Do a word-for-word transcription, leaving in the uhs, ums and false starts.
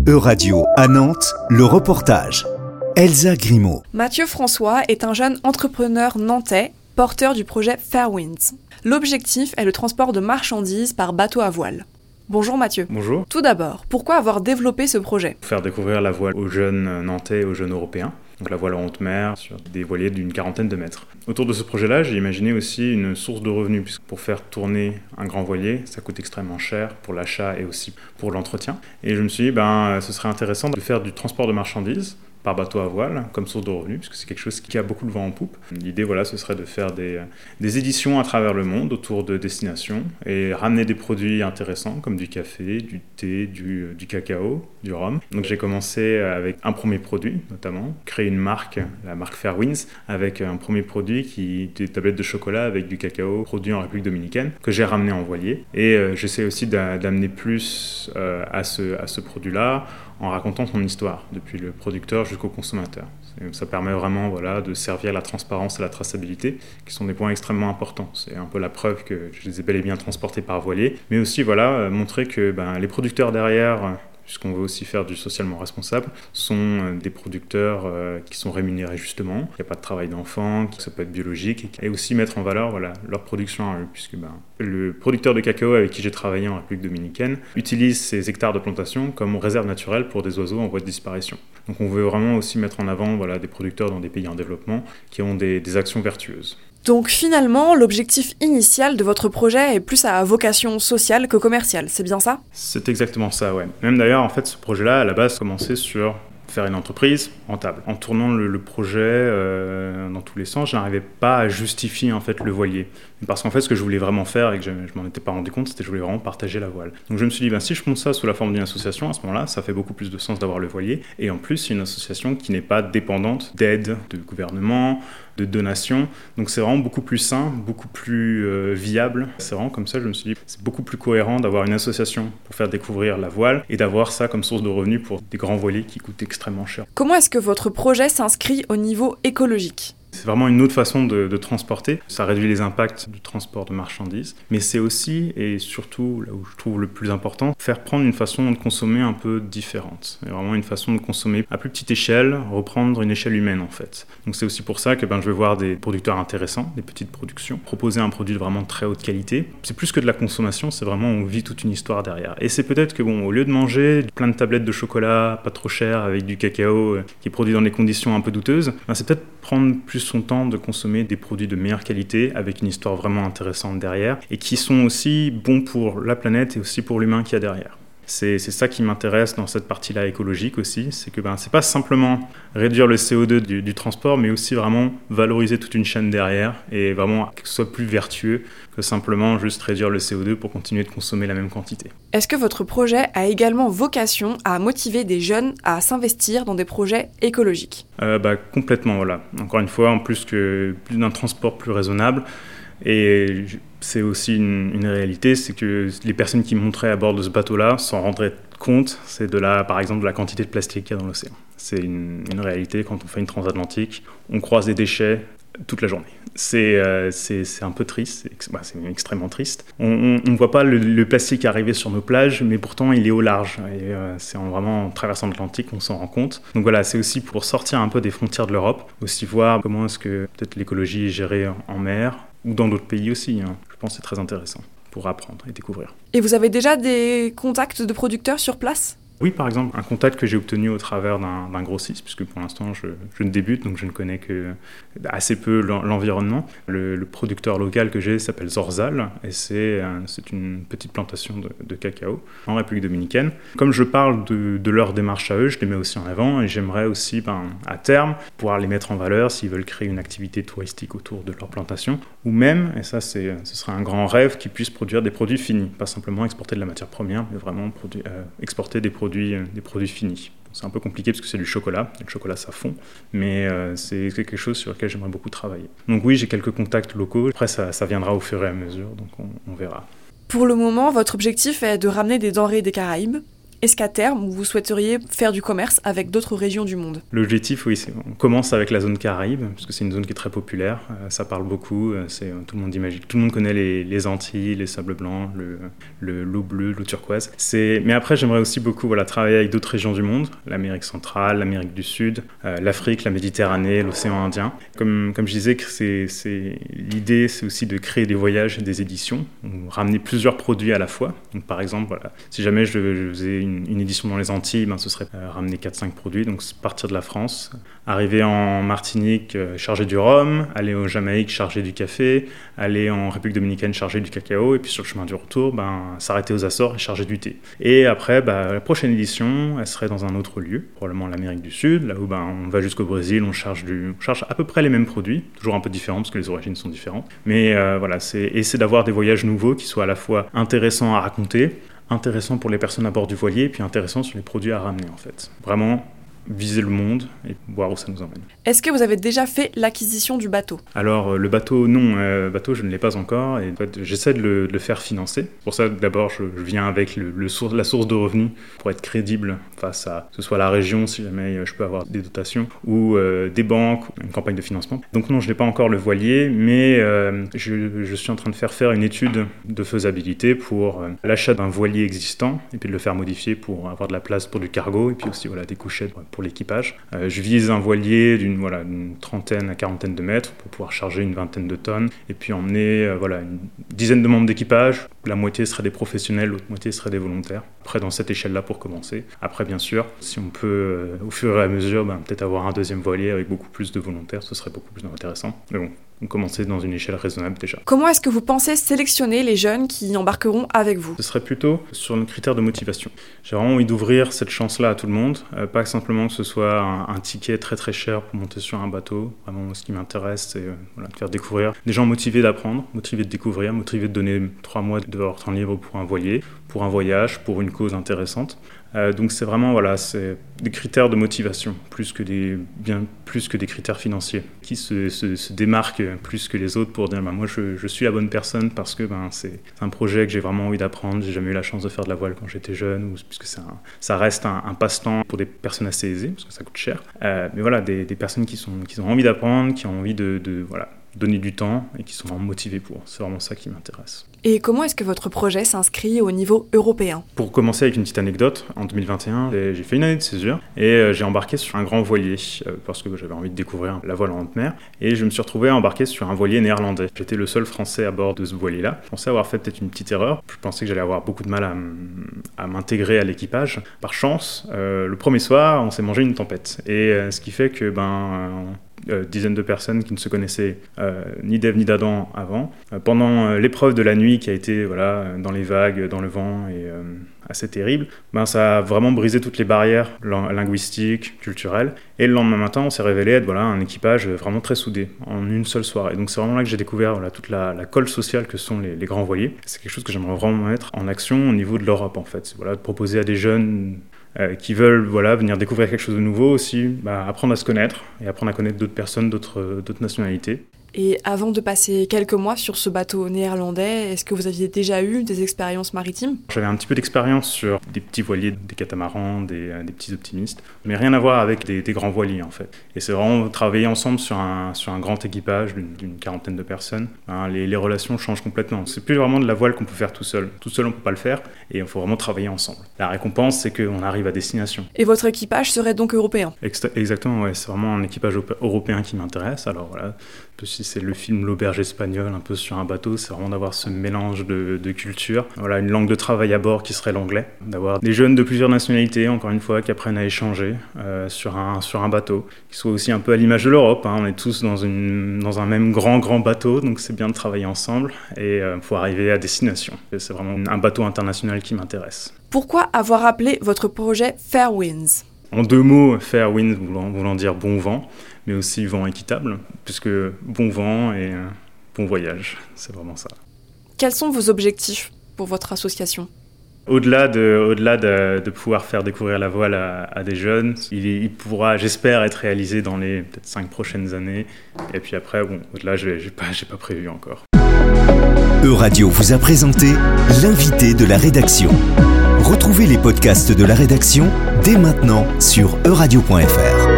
Euradio à Nantes, le reportage. Elsa Grimaud. Mathieu François est un jeune entrepreneur nantais, porteur du projet Fairwinds. L'objectif est le transport de marchandises par bateau à voile. Bonjour Mathieu. Bonjour. Tout d'abord, pourquoi avoir développé ce projet ? Faire découvrir la voile aux jeunes Nantais et aux jeunes Européens. Donc la voile en haute mer sur des voiliers d'une quarantaine de mètres. Autour de ce projet-là, j'ai imaginé aussi une source de revenus, puisque pour faire tourner un grand voilier, ça coûte extrêmement cher pour l'achat et aussi pour l'entretien. Et je me suis dit, ben, ce serait intéressant de faire du transport de marchandises par bateau à voile, comme source de revenus, puisque c'est quelque chose qui a beaucoup de vent en poupe. L'idée, voilà, ce serait de faire des, des éditions à travers le monde autour de destinations et ramener des produits intéressants comme du café, du thé, du, du cacao, du rhum. Donc j'ai commencé avec un premier produit, notamment, créer une marque, la marque Fairwinds, avec un premier produit qui des tablettes de chocolat avec du cacao produit en République dominicaine, que j'ai ramené en voilier. Et euh, j'essaie aussi d'a, d'amener plus euh, à ce, à ce produit-là, en racontant son histoire, depuis le producteur jusqu'au consommateur. Ça permet vraiment voilà, de servir la transparence et la traçabilité, qui sont des points extrêmement importants. C'est un peu la preuve que je les ai bel et bien transportés par voilier, mais aussi voilà, montrer que ben, les producteurs derrière, puisqu'on veut aussi faire du socialement responsable, sont des producteurs euh, qui sont rémunérés justement. Il n'y a pas de travail d'enfant, ça peut être biologique, et aussi mettre en valeur voilà, leur production à eux, puisque ben, le producteur de cacao avec qui j'ai travaillé en République dominicaine utilise ces hectares de plantation comme réserve naturelle pour des oiseaux en voie de disparition. Donc on veut vraiment aussi mettre en avant voilà, des producteurs dans des pays en développement qui ont des, des actions vertueuses. Donc finalement, l'objectif initial de votre projet est plus à vocation sociale que commerciale, c'est bien ça ? C'est exactement ça, ouais. Même d'ailleurs, en fait, ce projet-là, à la base, commençait sur faire une entreprise rentable. En tournant le, le projet euh, dans tous les sens, je n'arrivais pas à justifier en fait le voilier. Parce qu'en fait, ce que je voulais vraiment faire et que je, je m'en étais pas rendu compte, c'était que je voulais vraiment partager la voile. Donc je me suis dit, ben, si je monte ça sous la forme d'une association, à ce moment-là, ça fait beaucoup plus de sens d'avoir le voilier. Et en plus, c'est une association qui n'est pas dépendante d'aide de gouvernement, de donations. Donc c'est vraiment beaucoup plus sain, beaucoup plus euh, viable. C'est vraiment comme ça, je me suis dit, c'est beaucoup plus cohérent d'avoir une association pour faire découvrir la voile et d'avoir ça comme source de revenus pour des grands voiliers qui coûtent extrêmement cher. Comment est-ce que votre projet s'inscrit au niveau écologique ? C'est vraiment une autre façon de, de transporter. Ça réduit les impacts du transport de marchandises. Mais c'est aussi, et surtout là où je trouve le plus important, faire prendre une façon de consommer un peu différente. Et vraiment une façon de consommer à plus petite échelle, reprendre une échelle humaine en fait. Donc c'est aussi pour ça que ben, je vais voir des producteurs intéressants, des petites productions, proposer un produit de vraiment très haute qualité. C'est plus que de la consommation, c'est vraiment on vit toute une histoire derrière. Et c'est peut-être que bon, au lieu de manger plein de tablettes de chocolat, pas trop cher, avec du cacao euh, qui est produit dans des conditions un peu douteuses, ben, c'est peut-être prendre plus son temps de consommer des produits de meilleure qualité avec une histoire vraiment intéressante derrière et qui sont aussi bons pour la planète et aussi pour l'humain qu'il y a derrière. C'est, c'est ça qui m'intéresse dans cette partie-là écologique aussi, c'est que ben, c'est pas simplement réduire le C O deux du, du transport, mais aussi vraiment valoriser toute une chaîne derrière et vraiment que ce soit plus vertueux que simplement juste réduire le C O deux pour continuer de consommer la même quantité. Est-ce que votre projet a également vocation à motiver des jeunes à s'investir dans des projets écologiques ? euh, bah, Complètement, voilà. Encore une fois, en plus, que, plus d'un transport plus raisonnable. Et c'est aussi une, une réalité, c'est que les personnes qui monteraient à bord de ce bateau-là s'en rendraient compte, c'est de la, par exemple de la quantité de plastique qu'il y a dans l'océan. C'est une, une réalité, quand on fait une transatlantique, on croise des déchets toute la journée. C'est, euh, c'est, c'est un peu triste, c'est, bah, c'est extrêmement triste. On ne voit pas le, le plastique arriver sur nos plages, mais pourtant il est au large. Et euh, c'est en, vraiment en traversant l'Atlantique qu'on s'en rend compte. Donc voilà, c'est aussi pour sortir un peu des frontières de l'Europe, aussi voir comment est-ce que peut-être l'écologie est gérée en mer, ou dans d'autres pays aussi. Hein. Je pense que c'est très intéressant pour apprendre et découvrir. Et vous avez déjà des contacts de producteurs sur place ? Oui, par exemple, un contact que j'ai obtenu au travers d'un, d'un grossiste, puisque pour l'instant, je, je ne débute, donc je ne connais que assez peu l'environnement. Le, le producteur local que j'ai s'appelle Zorzal, et c'est, c'est une petite plantation de, de cacao en République dominicaine. Comme je parle de, de leur démarche à eux, je les mets aussi en avant, et j'aimerais aussi, ben, à terme, pouvoir les mettre en valeur s'ils veulent créer une activité touristique autour de leur plantation, ou même, et ça, c'est, ce serait un grand rêve, qu'ils puissent produire des produits finis, pas simplement exporter de la matière première, mais vraiment produire, euh, exporter des produits des produits finis. C'est un peu compliqué parce que c'est du chocolat, et le chocolat ça fond, mais euh, c'est quelque chose sur lequel j'aimerais beaucoup travailler. Donc oui, j'ai quelques contacts locaux, après ça, ça viendra au fur et à mesure, donc on, on verra. Pour le moment, votre objectif est de ramener des denrées des Caraïbes. Est-ce qu'à terme, vous souhaiteriez faire du commerce avec d'autres régions du monde ? L'objectif, oui, c'est on commence avec la zone Caraïbe, parce que c'est une zone qui est très populaire, euh, ça parle beaucoup, euh, c'est, tout le monde imagine, tout le monde connaît les, les Antilles, les sables blancs, le, le, l'eau bleue, l'eau turquoise. C'est, mais après, j'aimerais aussi beaucoup voilà, travailler avec d'autres régions du monde, l'Amérique centrale, l'Amérique du Sud, euh, l'Afrique, la Méditerranée, l'océan Indien. Comme, comme je disais, c'est, c'est, l'idée, c'est aussi de créer des voyages et des éditions, ou ramener plusieurs produits à la fois. Donc, par exemple, voilà, si jamais je, je faisais une, une édition dans les Antilles, ben, ce serait euh, ramener quatre cinq produits, donc partir de la France, arriver en Martinique, euh, charger du rhum, aller au Jamaïque, charger du café, aller en République dominicaine, charger du cacao, et puis sur le chemin du retour, ben, s'arrêter aux Açores et charger du thé. Et après, ben, la prochaine édition, elle serait dans un autre lieu, probablement l'Amérique du Sud, là où ben, on va jusqu'au Brésil, on charge, du, on charge à peu près les mêmes produits, toujours un peu différents parce que les origines sont différentes. Mais euh, voilà, c'est essayer d'avoir des voyages nouveaux qui soient à la fois intéressants à raconter, intéressants pour les personnes à bord du voilier, et puis intéressants sur les produits à ramener en fait. Vraiment viser le monde et voir où ça nous emmène. Est-ce que vous avez déjà fait l'acquisition du bateau ? Alors le bateau, non, euh, bateau je ne l'ai pas encore et en fait, j'essaie de le, de le faire financer. Pour ça d'abord je, je viens avec le, le source, la source de revenus pour être crédible face à que ce soit la région si jamais je peux avoir des dotations ou euh, des banques, ou une campagne de financement. Donc non je n'ai pas encore le voilier mais euh, je, je suis en train de faire faire une étude de faisabilité pour euh, l'achat d'un voilier existant et puis de le faire modifier pour avoir de la place pour du cargo et puis aussi voilà, des couchettes pour l'équipage. Euh, je vise un voilier d'une voilà, d'une trentaine à quarantaine de mètres pour pouvoir charger une vingtaine de tonnes et puis emmener euh, voilà, une dizaine de membres d'équipage. La moitié seraient des professionnels, l'autre moitié seraient des volontaires. Après, dans cette échelle-là pour commencer. Après, bien sûr, si on peut, euh, au fur et à mesure, ben, peut-être avoir un deuxième voilier avec beaucoup plus de volontaires, ce serait beaucoup plus intéressant. Mais bon, on commençait dans une échelle raisonnable déjà. Comment est-ce que vous pensez sélectionner les jeunes qui embarqueront avec vous ? Ce serait plutôt sur le critère de motivation. J'ai vraiment envie d'ouvrir cette chance-là à tout le monde, euh, pas simplement que ce soit un, un ticket très très cher pour monter sur un bateau. Vraiment, ce qui m'intéresse, c'est euh, voilà, de faire découvrir des gens motivés d'apprendre, motivés de découvrir, motivés de donner trois mois de leur temps libre pour un voilier, pour un voyage, pour une cause intéressante. Euh, donc c'est vraiment voilà, c'est des critères de motivation plus que des bien plus que des critères financiers qui se, se, se démarquent plus que les autres pour dire bah, moi je, je suis la bonne personne parce que ben c'est, c'est un projet que j'ai vraiment envie d'apprendre. J'ai jamais eu la chance de faire de la voile quand j'étais jeune ou puisque c'est un, ça reste un, un passe-temps pour des personnes assez aisées parce que ça coûte cher. Euh, mais voilà des, des personnes qui sont qui ont envie d'apprendre, qui ont envie de, de voilà donner du temps et qui sont vraiment motivés pour. C'est vraiment ça qui m'intéresse. Et comment est-ce que votre projet s'inscrit au niveau européen ? Pour commencer avec une petite anecdote, en deux mille vingt et un, j'ai fait une année de césure et j'ai embarqué sur un grand voilier parce que j'avais envie de découvrir la voile en haute mer et je me suis retrouvé embarqué sur un voilier néerlandais. J'étais le seul français à bord de ce voilier-là. Je pensais avoir fait peut-être une petite erreur. Je pensais que j'allais avoir beaucoup de mal à, m- à m'intégrer à l'équipage. Par chance, euh, le premier soir, on s'est mangé une tempête et euh, ce qui fait que ben euh, Euh, dizaines de personnes qui ne se connaissaient euh, ni d'Ève ni d'Adam avant. Euh, pendant euh, l'épreuve de la nuit qui a été voilà, dans les vagues, dans le vent et euh, assez terrible, ben, ça a vraiment brisé toutes les barrières linguistiques, culturelles. Et le lendemain matin, on s'est révélé être voilà, un équipage vraiment très soudé en une seule soirée. Donc c'est vraiment là que j'ai découvert voilà, toute la, la colle sociale que sont les, les grands voiliers. C'est quelque chose que j'aimerais vraiment mettre en action au niveau de l'Europe en fait. C'est, voilà, de proposer à des jeunes Euh, qui veulent voilà, venir découvrir quelque chose de nouveau aussi, bah, apprendre à se connaître et apprendre à connaître d'autres personnes, d'autres, euh, d'autres nationalités. Et avant de passer quelques mois sur ce bateau néerlandais, est-ce que vous aviez déjà eu des expériences maritimes ? J'avais un petit peu d'expérience sur des petits voiliers, des catamarans, des, euh, des petits optimistes, mais rien à voir avec des, des grands voiliers en fait. Et c'est vraiment travailler ensemble sur un, sur un grand équipage d'une, d'une quarantaine de personnes. Hein, les, les relations changent complètement. C'est plus vraiment de la voile qu'on peut faire tout seul. Tout seul, on ne peut pas le faire et il faut vraiment travailler ensemble. La récompense, c'est qu'on arrive à destination. Et votre équipage serait donc européen ? Ext- Exactement, ouais. C'est vraiment un équipage op- européen qui m'intéresse. Alors voilà, si c'est le film L'Auberge espagnole, un peu sur un bateau, c'est vraiment d'avoir ce mélange de, de cultures. Voilà, une langue de travail à bord qui serait l'anglais. D'avoir des jeunes de plusieurs nationalités, encore une fois, qui apprennent à échanger euh, sur, un, sur un bateau, qui soient aussi un peu à l'image de l'Europe. Hein. On est tous dans, une, dans un même grand, grand bateau, donc c'est bien de travailler ensemble et euh, pour arriver à destination. Et c'est vraiment un bateau international qui m'intéresse. Pourquoi avoir appelé votre projet Fair Winds ? En deux mots, Fair Winds voulant, voulant dire bon vent, mais aussi vent équitable, puisque bon vent et euh, bon voyage, c'est vraiment ça. Quels sont vos objectifs pour votre association ? Au-delà de, au-delà de, de pouvoir faire découvrir la voile à, à des jeunes, il, il pourra, j'espère, être réalisé dans les peut-être cinq prochaines années. Et puis après, bon, au-delà, je n'ai pas, j'ai pas prévu encore. Euradio vous a présenté l'invité de la rédaction. Retrouvez les podcasts de la rédaction dès maintenant sur euradio point f r.